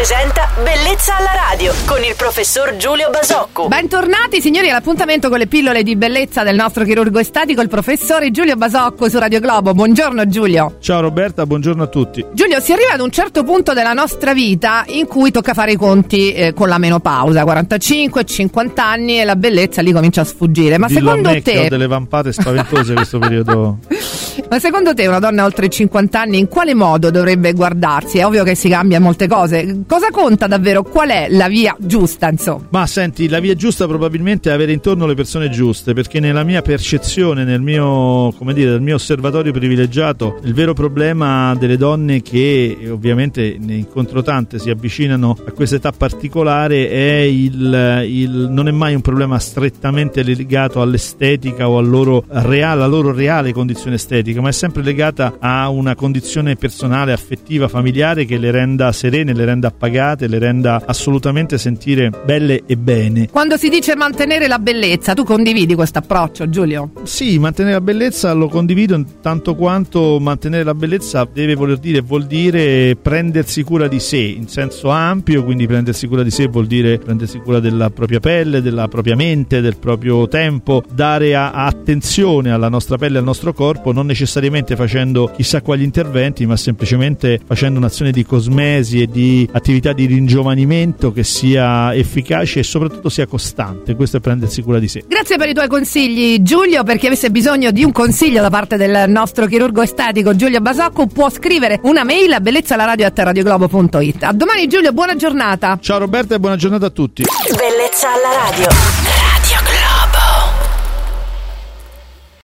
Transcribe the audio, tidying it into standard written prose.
presenta Bellezza alla radio con il professor Giulio Basocco. Bentornati signori all'appuntamento con le pillole di bellezza del nostro chirurgo estetico, il professore Giulio Basocco su Radio Globo. Buongiorno Giulio. Ciao Roberta, buongiorno a tutti. Giulio, si arriva ad un certo punto della nostra vita in cui tocca fare i conti con la menopausa, 45, 50 anni e la bellezza lì comincia a sfuggire. Ma Dillo secondo a me te... che ho delle vampate spaventose questo periodo. Ma secondo te una donna oltre i 50 anni in quale modo dovrebbe guardarsi? È ovvio che si cambia molte cose. Cosa conta davvero? Qual è la via giusta, insomma? Ma senti, la via giusta probabilmente è avere intorno le persone giuste, perché nella mia percezione, nel mio, come dire, nel mio osservatorio privilegiato, il vero problema delle donne che ovviamente ne incontro tante, si avvicinano a questa età particolare è non è mai un problema strettamente legato all'estetica o alla loro reale condizione estetica, ma è sempre legata a una condizione personale, affettiva, familiare che le renda serene, le renda appagate, le renda assolutamente sentire belle e bene. Quando si dice mantenere la bellezza, tu condividi questo approccio, Giulio? Sì, mantenere la bellezza lo condivido, tanto quanto mantenere la bellezza vuol dire prendersi cura di sé in senso ampio, quindi prendersi cura di sé vuol dire prendersi cura della propria pelle, della propria mente, del proprio tempo, dare attenzione alla nostra pelle, al nostro corpo, non necessariamente facendo chissà quali interventi, ma semplicemente facendo un'azione di cosmesi e di attività di ringiovanimento che sia efficace e soprattutto sia costante. Questo è prendersi cura di sé. Grazie per i tuoi consigli, Giulio. Per chi avesse bisogno di un consiglio da parte del nostro chirurgo estetico Giulio Basocco può scrivere una mail a bellezzalaradio@radioglobo.it. A domani Giulio, buona giornata. Ciao Roberta e buona giornata a tutti. Bellezza alla radio.